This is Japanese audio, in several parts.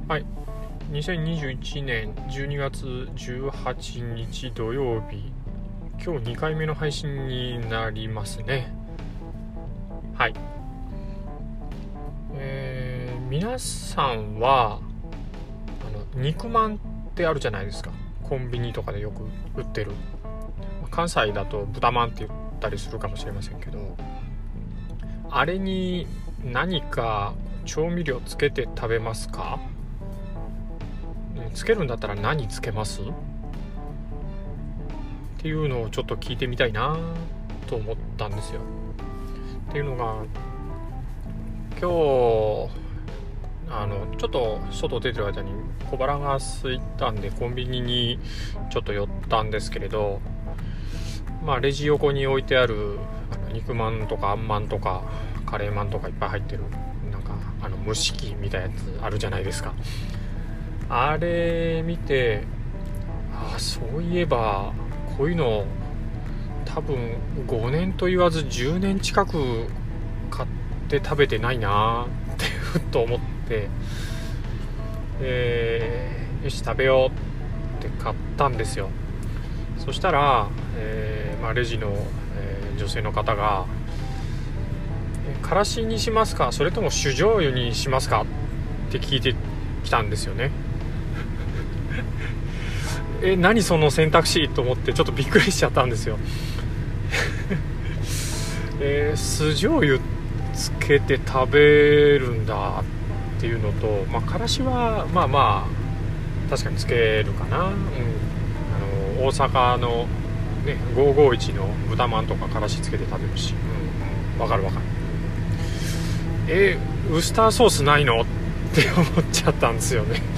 はい、2021年12月18日土曜日、今日2回目の配信になりますね。はい、皆さんは肉まんってあるじゃないですか。コンビニとかでよく売ってる、関西だと豚まんって言ったりするかもしれませんけど、あれに何か調味料つけて食べますか？つけるんだったら何つけますっていうのをちょっと聞いてみたいなと思ったんですよ。っていうのが、今日ちょっと外出てる間に小腹が空いたんでコンビニにちょっと寄ったんですけれど、レジ横に置いてある肉まんとかあんまんとかカレーまんとかいっぱい入ってる蒸し器みたいなやつあるじゃないですか。あれ見て、そういえばこういうの多分5年と言わず10年近く買って食べてないなってふっと思って、よし食べようって買ったんですよ。そしたら、レジの、女性の方が、からしにしますか、それとも酒醤油にしますかって聞いてきたんですよね。何その選択肢と思ってちょっとびっくりしちゃったんですよ。酢醤油つけて食べるんだっていうのと、からしは確かにつけるかな、大阪の、551の豚まんとかからしつけて食べるし、わかるウスターソースないのって思っちゃったんですよね。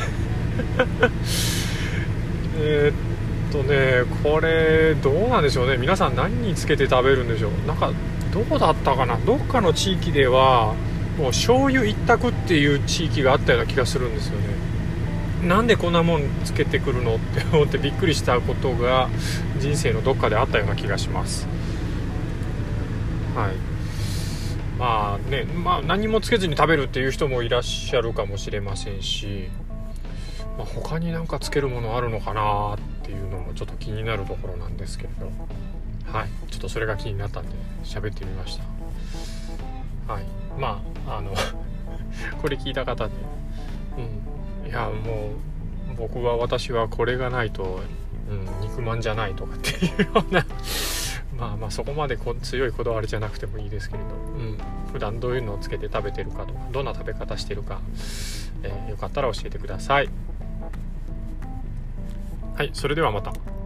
これどうなんでしょうね。皆さん何につけて食べるんでしょう。どこだったかな、どっかの地域ではもう醤油一択っていう地域があったような気がするんですよね。なんでこんなもんつけてくるのって思ってびっくりしたことが人生のどっかであったような気がします。はい。何もつけずに食べるっていう人もいらっしゃるかもしれませんし、他に何かつけるものあるのかなっていうのもちょっと気になるところなんですけれど、はい、ちょっとそれが気になったんで喋ってみました。はい、これ聞いた方で、いやもう私はこれがないと、肉まんじゃないとかっていうようなそこまで強いこだわりじゃなくてもいいですけれど、普段どういうのをつけて食べてるかとか、どんな食べ方してるか、よかったら教えてください。はい、それではまた。